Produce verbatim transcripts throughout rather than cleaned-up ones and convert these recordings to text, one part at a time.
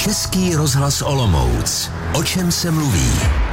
Český rozhlas Olomouc. O čem se mluví?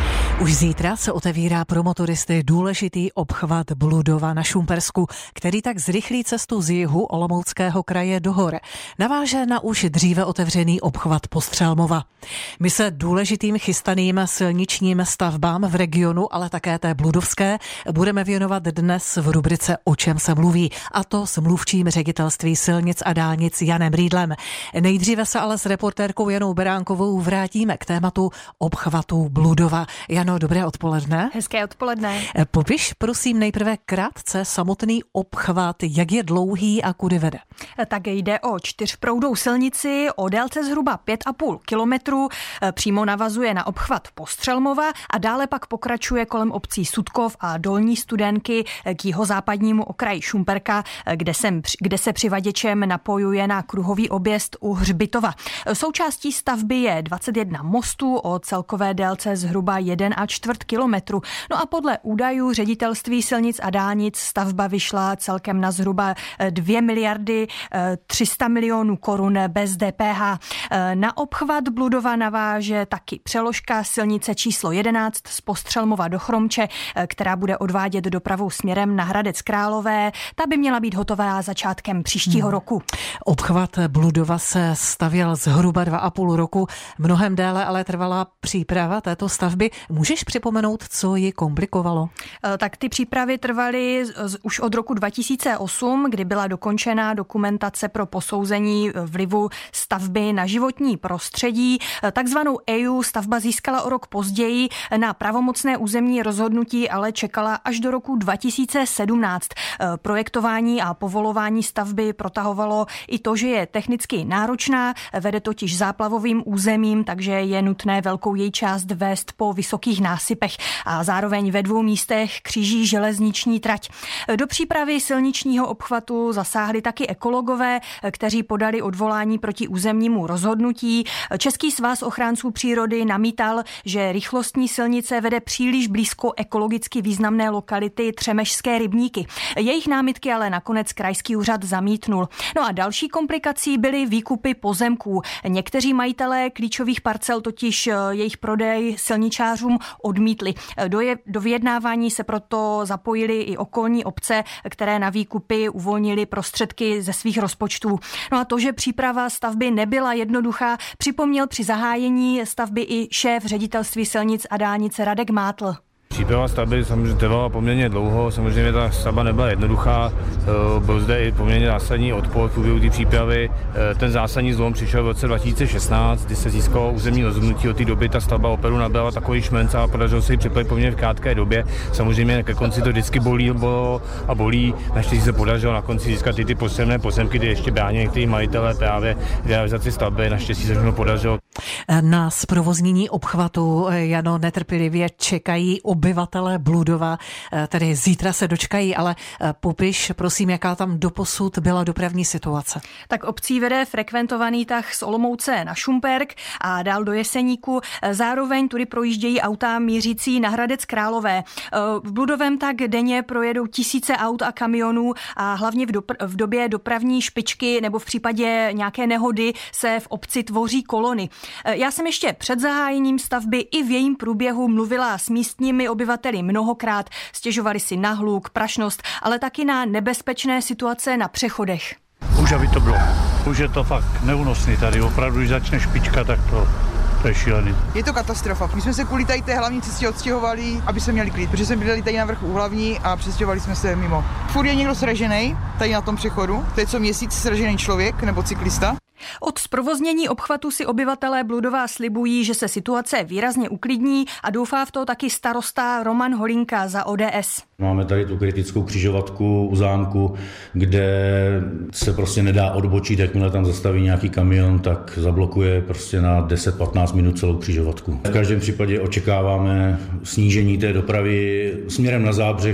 Už zítra se otevírá pro motoristy důležitý obchvat Bludova na Šumpersku, který tak zrychlí cestu z jihu Olomouckého kraje do hor. Naváže na už dříve otevřený obchvat Postřelmova. My se důležitým chystaným silničním stavbám v regionu, ale také té bludovské, budeme věnovat dnes v rubrice O čem se mluví, a to s mluvčím ředitelství silnic a dálnic Janem Rýdlem. Nejdříve se ale s reportérkou Janou Beránkovou vrátíme k tématu obchvatu Bludova. Jano, dobré odpoledne. Hezké odpoledne. Popiš prosím nejprve krátce samotný obchvat, jak je dlouhý a kudy vede. Tak jde o čtyřproudou silnici o délce zhruba pět a půl kilometru, přímo navazuje na obchvat Postřelmova a dále pak pokračuje kolem obcí Sudkov a Dolní Studenky k jihozápadnímu okraji Šumperka, kde, sem, kde se přivaděčem napojuje na kruhový objezd u Hřbitova. Součástí stavby je dvacet jedna mostů o celkové délce zhruba jeden a čtvrt kilometru. No a podle údajů ředitelství silnic a dálnic stavba vyšla celkem na zhruba dvě miliardy tři sta milionů korun bez D P H. Na obchvat Bludova naváže taky přeložka silnice číslo jedenáct z Postřelmova do Chromče, která bude odvádět dopravou směrem na Hradec Králové. Ta by měla být hotová začátkem příštího hmm. roku. Obchvat Bludova se stavěl zhruba dva a půl roku. Mnohem déle ale trvala příprava této stavby. Můžeš připomenout, co ji komplikovalo? Tak ty přípravy trvaly už od roku dva tisíce osm, kdy byla dokončena dokumentace pro posouzení vlivu stavby na životní prostředí. Takzvanou E I U stavba získala o rok později, na pravomocné územní rozhodnutí ale čekala až do roku dva tisíce sedmnáct. Projektování a povolování stavby protahovalo i to, že je technicky náročná, vede totiž záplavovým územím, takže je nutné velkou její část vést po vysokých násypech a zároveň ve dvou místech kříží železniční trať. Do přípravy silničního obchvatu zasáhli taky ekologové, kteří podali odvolání proti územnímu rozhodnutí. Český svaz ochránců přírody namítal, že rychlostní silnice vede příliš blízko ekologicky významné lokality Třemežské rybníky. Jejich námitky ale nakonec krajský úřad zamítnul. No a další komplikací byly výkupy pozemků. Někteří majitelé klíčových parcel totiž jejich prodej silničářům odmítli. Do, je, do vyjednávání se proto zapojili i okolní obce, které na výkupy uvolnili prostředky ze svých rozpočtů. No a to, že příprava stavby nebyla jednoduchá, připomněl při zahájení stavby i šéf ředitelství silnic a dálnice Radek Mátl. Příprava stavby samozřejmě trvala poměrně dlouho, samozřejmě ta stavba nebyla jednoduchá, byl zde i poměrně zásadní odpor v průběhu té přípravy. Ten zásadní zlom přišel v roce dva tisíce šestnáct, kdy se získalo územní rozhodnutí. Od té doby ta stavba opravdu nabrala takový šmenc a podařilo se ji připravit poměrně v krátké době. Samozřejmě ke konci to vždycky bolí a bolí, naštěstí se podařilo na konci získat i ty potřebné pozemky, kdy ještě brání některý majitelé právě realizaci stavby, naštěstí se všechno podařilo. Na zprovoznění obchvatu, Jano, netrpělivě čekají obyvatelé Bludova, tedy zítra se dočkají, ale popiš, prosím, jaká tam doposud byla dopravní situace. Tak obcí vede frekventovaný tah z Olomouce na Šumperk a dál do Jeseníku. Zároveň tudy projíždějí auta mířící na Hradec Králové. V Bludovém tak denně projedou tisíce aut a kamionů a hlavně v, dopr- v době dopravní špičky nebo v případě nějaké nehody se v obci tvoří kolony. Já jsem ještě před zahájením stavby i v jejím průběhu mluvila s místními obyvateli mnohokrát, stěžovali si na hluk, prašnost, ale taky na nebezpečné situace na přechodech. Už aby to bylo. Už je to fakt neúnosný tady. Opravdu, když začne špička, tak to, to je šílený. Je to katastrofa. My jsme se kvůli tady té hlavní cestě odstěhovali, aby jsme měli klid, protože jsme bydleli tady na vrchu hlavní a přestěhovali jsme se mimo. Furt je někdo sražený tady na tom přechodu. To je co měsíc sražený člověk nebo cyklista. Od zprovoznění obchvatu si obyvatelé Bludova slibují, že se situace výrazně uklidní a doufá v to taky starosta Roman Holinka za O D S. Máme tady tu kritickou křižovatku u zámku, kde se prostě nedá odbočit, jakmile tam zastaví nějaký kamion, tak zablokuje prostě na deset patnáct minut celou křižovatku. V každém případě očekáváme snížení té dopravy směrem na Zábřeh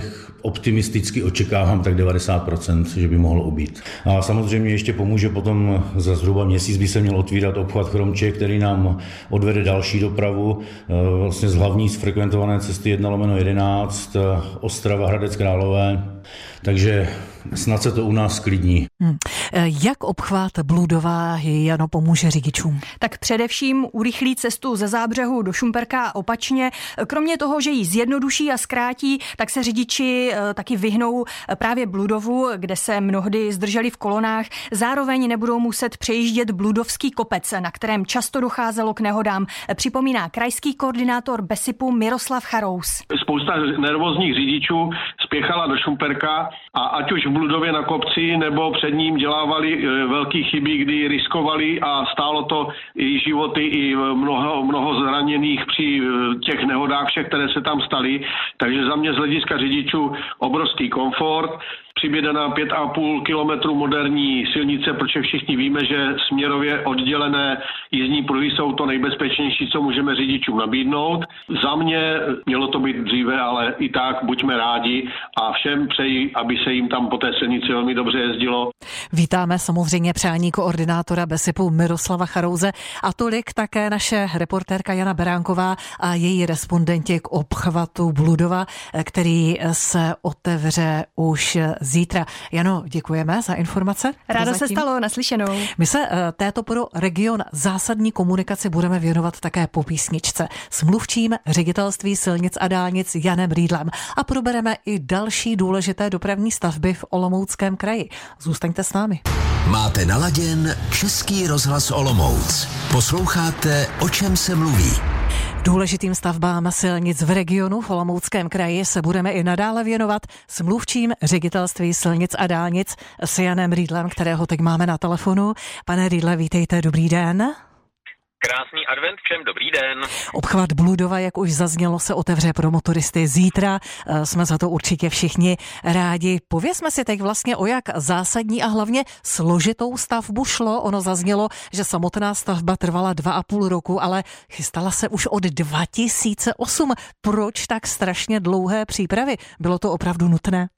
optimisticky očekávám tak devadesát procent, že by mohlo ubít. A samozřejmě ještě pomůže potom, za zhruba měsíc by se měl otvírat obchvat Chromček, který nám odvede další dopravu, vlastně z hlavní zfrekventované cesty jedna lomeno jedenáct, Ostrava, Hradec Králové, takže snad se to u nás sklidní. Hmm. Jak obchvat Bludova, Jano, pomůže řidičům? Tak především urychlí cestu ze Zábřehu do Šumperka a opačně. Kromě toho, že ji zjednoduší a zkrátí, tak se řidiči taky vyhnou právě Bludovu, kde se mnohdy zdrželi v kolonách. Zároveň nebudou muset přejíždět Bludovský kopec, na kterém často docházelo k nehodám. Připomíná krajský koordinátor Besipu Miroslav Charous. Spousta nervózních řidičů spěchala do Šumperka a ať už v Bludově na kopci nebo před ním dělávali velké chyby, kdy riskovali a stálo to i životy i mnoho, mnoho zraněných při těch nehodách všech, které se tam staly. Takže za mě z hlediska řidičů obrovský komfort. Přiběde na pět a půl kilometru moderní silnice, protože všichni víme, že směrově oddělené jízdní pruhy jsou to nejbezpečnější, co můžeme řidičům nabídnout. Za mě mělo to být dříve, ale i tak buďme rádi a všem přeji, aby se jim tam po té silnici velmi dobře jezdilo. Vítáme samozřejmě přání koordinátora Besipu Miroslava Charouze a tolik také naše reportérka Jana Beránková a její respondenti k obchvatu Bludova, který se otevře už zítra. Jano, děkujeme za informace. Ráda se stalo, naslyšenou. My se této pro region zásadní komunikaci budeme věnovat také po písničce s mluvčím Ředitelství silnic a dálnic Janem Rýdlem a probereme i další důležité dopravní stavby v Olomouckém kraji. Zůstaňte s námi. Máte naladěn Český rozhlas Olomouc. Posloucháte, o čem se mluví. Důležitým stavbám silnic v regionu v Olomouckém kraji se budeme i nadále věnovat s mluvčím Ředitelství silnic a dálnic s Janem Rýdlem, kterého teď máme na telefonu. Pane Rýdle, vítejte, dobrý den. Krásný advent všem, dobrý den. Obchvat Bludova, jak už zaznělo, se otevře pro motoristy zítra. Jsme za to určitě všichni rádi. Povězme si teď vlastně, o jak zásadní a hlavně složitou stavbu šlo. Ono zaznělo, že samotná stavba trvala dva a půl roku, ale chystala se už od dva tisíce osm. Proč tak strašně dlouhé přípravy? Bylo to opravdu nutné?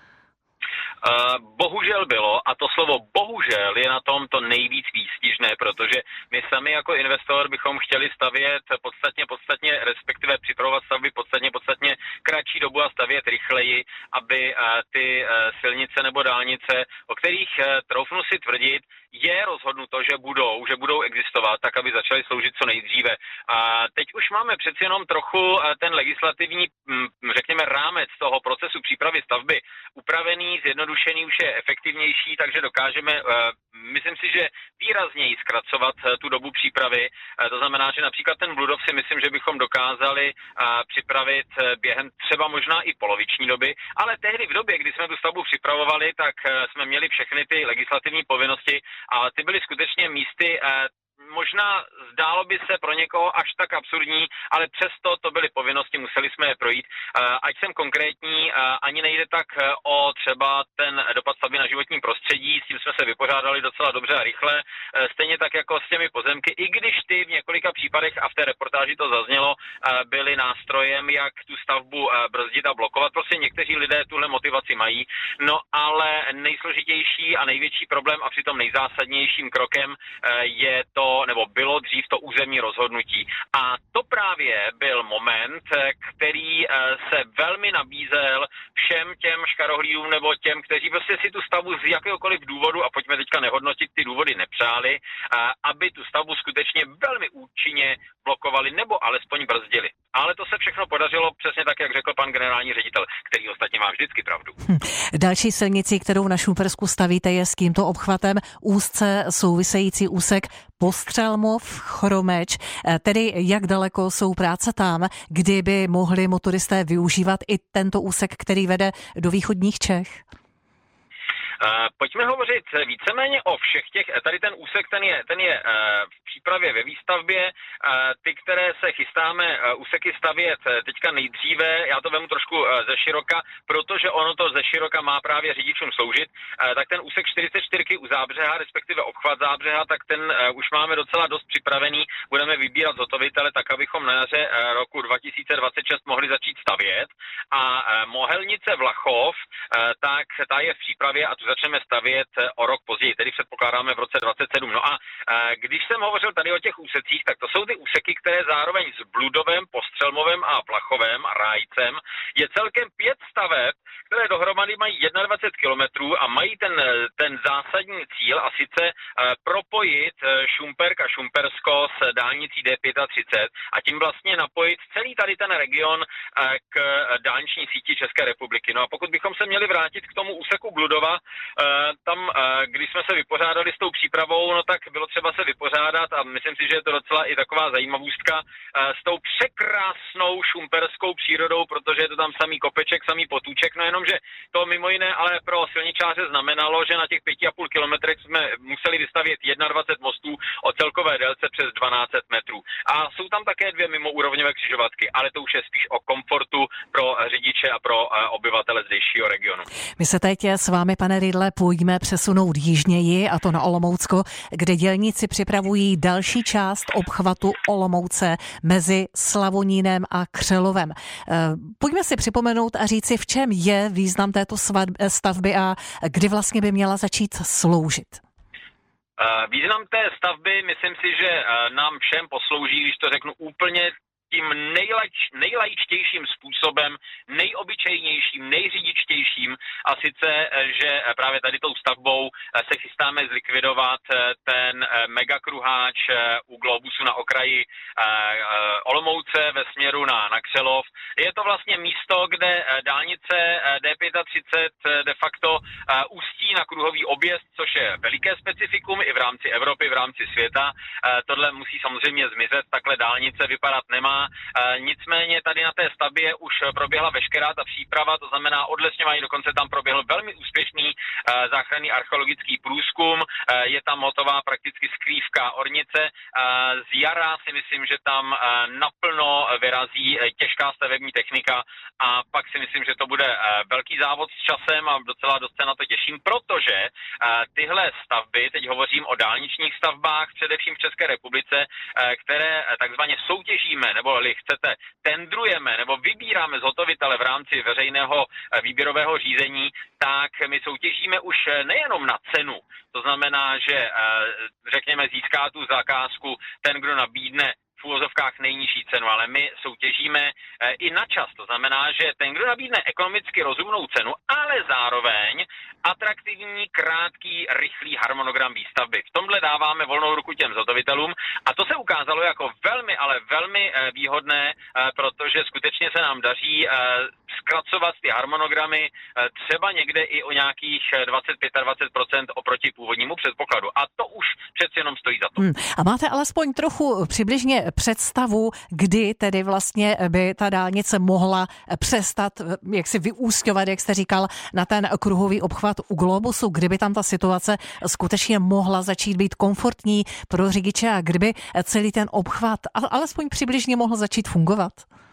Uh, bohužel bylo, a to slovo bohužel je na tom to nejvíc výstižné, protože my sami jako investor bychom chtěli stavět podstatně, podstatně, respektive připravovat stavby podstatně, podstatně kratší dobu a stavět rychleji, aby uh, ty uh, silnice nebo dálnice, o kterých uh, troufnu si tvrdit, je rozhodnuto, že budou, že budou existovat, tak aby začaly sloužit co nejdříve. A teď už máme přeci jenom trochu ten legislativní, řekněme, rámec toho procesu přípravy stavby upravený, zjednodušený, už je efektivnější, takže dokážeme, myslím si, že výrazněji zkracovat tu dobu přípravy. To znamená, že například ten Bludov si myslím, že bychom dokázali připravit během třeba možná i poloviční doby, ale tehdy v době, kdy jsme tu stavbu připravovali, tak jsme měli všechny ty legislativní povinnosti a ty byly skutečně místy, možná zdálo by se pro někoho až tak absurdní, ale přesto to byly povinnosti, museli jsme je projít. Ať jsem konkrétní, ani nejde tak o třeba ten dopad stavby na životní prostředí, s tím jsme se vypořádali docela dobře a rychle, stejně tak jako s těmi pozemky, i když ty v několika případech, a v té reportáži to zaznělo, byly nástrojem, jak tu stavbu brzdit a blokovat. Prostě někteří lidé tuhle motivaci mají, no ale nejsložitější a největší problém a přitom nejzásadnějším krokem je to, nebo bylo dřív to územní rozhodnutí. A to právě byl moment, který se velmi nabízel všem těm škarohlídům nebo těm, kteří prostě si tu stavbu z jakéhokoliv důvodu, a pojďme teďka nehodnotit, ty důvody nepřáli, aby tu stavbu skutečně velmi účinně blokovali nebo alespoň brzdili. Ale to se všechno podařilo přesně tak, jak řekl pan generální ředitel, který ostatně má vždycky pravdu. Hm. Další silnici, kterou na Šumpersku stavíte, je s tímto obchvatem úzce související úsek Postřelmov, Chromeč. Tedy jak daleko jsou práce tam, kdyby mohli motoristé využívat i tento úsek, který vede do východních Čech? Uh, pojďme hovořit víceméně o všech těch, tady ten úsek, ten je, ten je uh, v přípravě, ve výstavbě. Ty, které se chystáme úseky stavět teďka nejdříve, já to vemu trošku ze široka, protože ono to ze široka má právě řidičům sloužit, tak ten úsek čtyřicet čtyři u Zábřeha, respektive obchvat Zábřeha, tak ten už máme docela dost připravený. Budeme vybírat zhotovitele tak, abychom na jaře roku dva tisíce dvacet šest mohli začít stavět. A Mohelnice Vlachov, tak ta je v přípravě a tu začneme stavět o rok později, tedy předpokládáme v roce dvacet sedm. No a když jsem hovořil tady o těch úsecích, tak to jsou ty úseky, které zároveň s Bludovem, Postřelmovem a Plachovem a Rájcem je celkem pět staveb, které dohromady mají dvacet jedna kilometrů a mají ten, ten zásadní cíl a sice propojit Šumperk a Šumpersko s dálnicí D třicet pět a tím vlastně napojit celý tady ten region k dálniční síti České republiky. No a pokud bychom se měli vrátit k tomu úseku Bludova, tam, když jsme se vypořádali s tou přípravou, no tak bylo třeba se vypořádat a myslím si, že je to docela i taková zajímavostka s tou překrásnou šumperskou přírodou, protože je to tam samý kopeček, samý potůček, no jenom, že to mimo jiné ale pro silničáře znamenalo, že na těch pěti a půl kilometrech jsme museli vystavět dvacet jedna mostů o celkové délce přes dvanáct set metrů. A jsou tam také dvě mimoúrovňové křižovatky, ale to už je spíš o komfortu pro řidiče a pro obyvatele zdejšího regionu. My se teď s vámi, pane Rydle, pojďme přesunout jižněji, a to na Olomoucko, kde dělníci připravují další část obchvatu Olomouce mezi Slavonínem a Křelovem. Pojďme si připomenout a říci, v čem je význam této stavby a kdy vlastně by měla začít sloužit. Význam té stavby, myslím si, že nám všem poslouží, když to řeknu úplně tím nejlač, nejlaičtějším způsobem, nejobyčejnějším, nejřidičtějším, a sice, že právě tady tou stavbou se chystáme zlikvidovat ten megakruháč u Globusu na okraji Olomouce ve směru na, na Křelov. Je to vlastně místo, kde dálnice D třicet pět de facto ústí na kruhový objezd, což je veliké specifikum i v rámci Evropy, v rámci světa. Tohle musí samozřejmě zmizet, takhle dálnice vypadat nemá. Nicméně tady na té stavbě už proběhla veškerá ta příprava, to znamená odlesňování, dokonce tam proběhl velmi úspěšný záchranný archeologický průzkum, je tam hotová prakticky skrývka ornice. Z jara si myslím, že tam naplno vyrazí těžká stavební technika a pak si myslím, že to bude velký závod s časem a docela dost se na to těším, protože tyhle stavby, teď hovořím o dálničních stavbách, především v České republice, které takzvaně soutěžíme, nebo chcete, tendrujeme nebo vybíráme zhotovitele v rámci veřejného výběrového řízení, tak my soutěžíme už nejenom na cenu. To znamená, že řekněme získá tu zakázku ten, kdo nabídne v úvozovkách nejnižší cenu, ale my soutěžíme i na čas. To znamená, že ten, kdo nabídne ekonomicky rozumnou cenu, ale zároveň atraktivní, krátký, rychlý harmonogram výstavby. V tomhle dáváme volnou ruku těm zhotovitelům a to se ukázalo jako velmi, ale velmi výhodné, protože skutečně se nám daří zkracovat ty harmonogramy třeba někde i o nějakých dvacet až dvacet pět procent oproti původnímu předpokladu. A to už přeci jenom stojí za to. Hmm. A máte alespoň trochu přibližně představu, kdy tedy vlastně by ta dálnice mohla přestat, jak si vyúsťovat, jak jste říkal, na ten kruhový obchvat u Globusu, kdyby tam ta situace skutečně mohla začít být komfortní pro řidiče a kdyby celý ten obchvat alespoň přibližně mohl začít fungovat?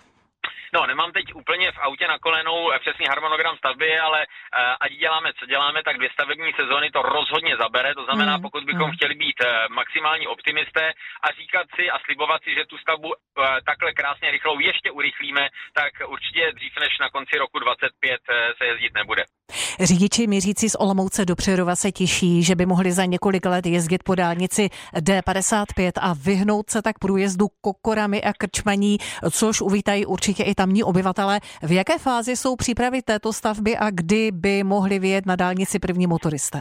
No, nemám teď úplně v autě na kolenou přesný harmonogram stavby, ale uh, ať děláme, co děláme, tak dvě stavební sezóny to rozhodně zabere. To znamená, pokud bychom mm. chtěli být uh, maximální optimisté a říkat si a slibovat si, že tu stavbu uh, takhle krásně rychlou ještě urychlíme, tak určitě dřív než na konci roku dvacet pět uh, se jezdit nebude. Řidiči mířící z Olomouce do Přerova se těší, že by mohli za několik let jezdit po dálnici D padesát pět a vyhnout se tak průjezdu kokorami a krčmaní, což uvítají určitě i tamní obyvatele. V jaké fázi jsou přípravy této stavby a kdy by mohli vyjet na dálnici první motoristé?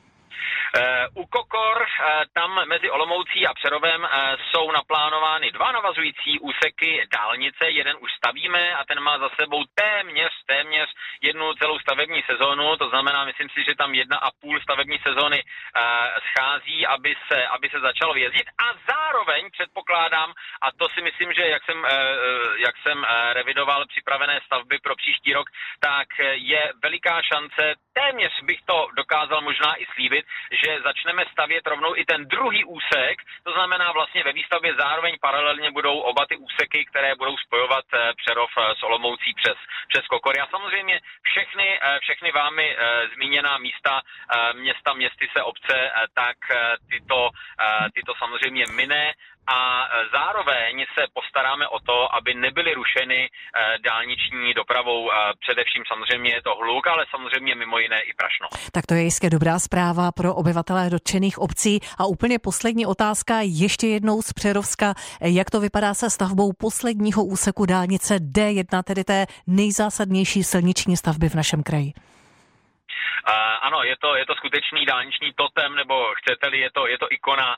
U Kokor tam mezi Olomoucí a Přerovem jsou naplánovány dva navazující úseky dálnice. Jeden už stavíme a ten má za sebou téměř, téměř jednu celou stavební sezónu. To znamená, myslím si, že tam jedna a půl stavební sezóny uh, schází, aby se, aby se začalo jezdit. A zároveň předpokládám, a to si myslím, že jak jsem, uh, jak jsem uh, revidoval připravené stavby pro příští rok, tak je veliká šance, téměř bych to dokázal možná i slíbit, že začneme stavět rovnou i ten druhý úsek, to znamená vlastně ve výstavbě zároveň paralelně budou oba ty úseky, které budou spojovat Přerov s Olomoucí přes, přes Kokory. A samozřejmě všechny, všechny vámi zmíněná místa, města, městyse, obce, tak tyto, tyto samozřejmě mine. A zároveň se postaráme o to, aby nebyly rušeny dálniční dopravou. Především samozřejmě je to hluk, ale samozřejmě mimo jiné i prašno. Tak to je jistě dobrá zpráva pro obyvatele dotčených obcí. A úplně poslední otázka ještě jednou z Přerovska. Jak to vypadá se stavbou posledního úseku dálnice D jedna, tedy té nejzásadnější silniční stavby v našem kraji? Uh, ano, je to, je to skutečný dálniční totem, nebo chcete-li, je to, je to ikona uh,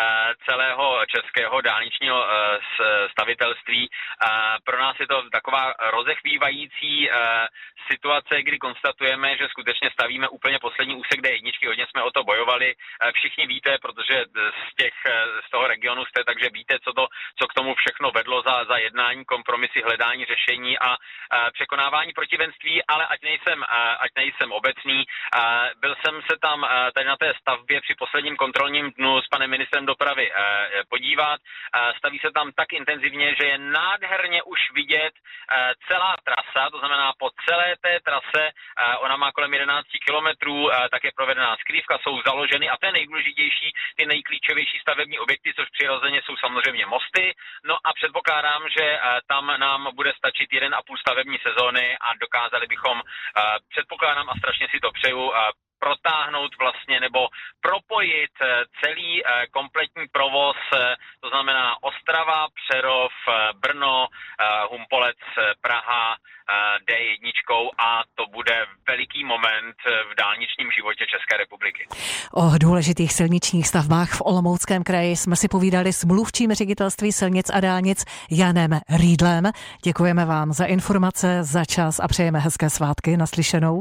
celého českého dálničního uh, stavitelství. Uh, pro nás je to taková rozechvívající uh, situace, kdy konstatujeme, že skutečně stavíme úplně poslední úsek D jedna, hodně jsme o to bojovali. Uh, všichni víte, protože z, těch, z toho regionu jste, takže víte, co, to, co k tomu všechno vedlo za, za jednání, kompromisy, hledání řešení a uh, překonávání protivenství, ale ať nejsem, uh, ať nejsem obecný. Uh, byl jsem se tam uh, tady na té stavbě při posledním kontrolním dnu s panem ministrem dopravy uh, podívat. Uh, staví se tam tak intenzivně, že je nádherně už vidět uh, celá trasa, to znamená po celé té trase, uh, ona má kolem jedenáct kilometrů, uh, tak je provedená skrývka, jsou založeny a to je nejdůležitější, ty nejklíčovější stavební objekty, což přirozeně jsou samozřejmě mosty. No a předpokládám, že uh, tam nám bude stačit jeden a půl stavební sezóny a dokázali bychom, uh, předpokládám a strašně si to přeju, protáhnout vlastně nebo propojit celý kompletní provoz, to znamená Ostrava, Přerov, Brno, Humpolec, Praha, D jedna a to bude veliký moment v dálničním životě České republiky. O důležitých silničních stavbách v Olomouckém kraji jsme si povídali s mluvčím ředitelství silnic a dálnic Janem Rýdlem. Děkujeme vám za informace, za čas a přejeme hezké svátky. Naslyšenou.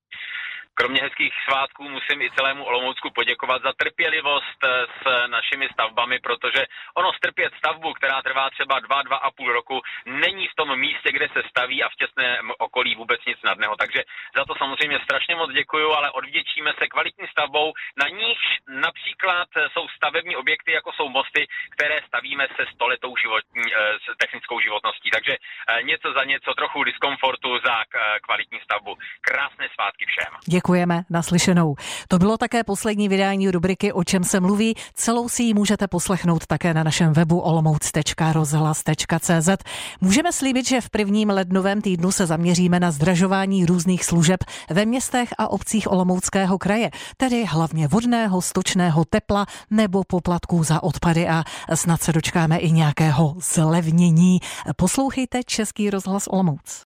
Kromě hezkých svátků musím i celému Olomoucku poděkovat za trpělivost s našimi stavbami, protože ono strpět stavbu, která trvá třeba dva, dva a půl roku, není v tom místě, kde se staví a v těsném okolí vůbec nic snadného. Takže za to samozřejmě strašně moc děkuju, ale odvděčíme se kvalitní stavbou, na níž například jsou stavební objekty, jako jsou mosty, které stavíme se stoletou životní, s technickou životností. Takže něco za něco, trochu diskomfortu za kvalitní stavbu. Krásné svátky všem. Děkujeme, naslyšenou. To bylo také poslední vydání rubriky O čem se mluví. Celou si ji můžete poslechnout také na našem webu olomouc tečka rozhlas tečka cé zet. Můžeme slíbit, že v prvním lednovém týdnu se zaměříme na zdražování různých služeb ve městech a obcích Olomouckého kraje, tedy hlavně vodného, stočného, tepla nebo poplatků za odpady a snad se dočkáme i nějakého zlevnění. Poslouchejte Český rozhlas Olomouc.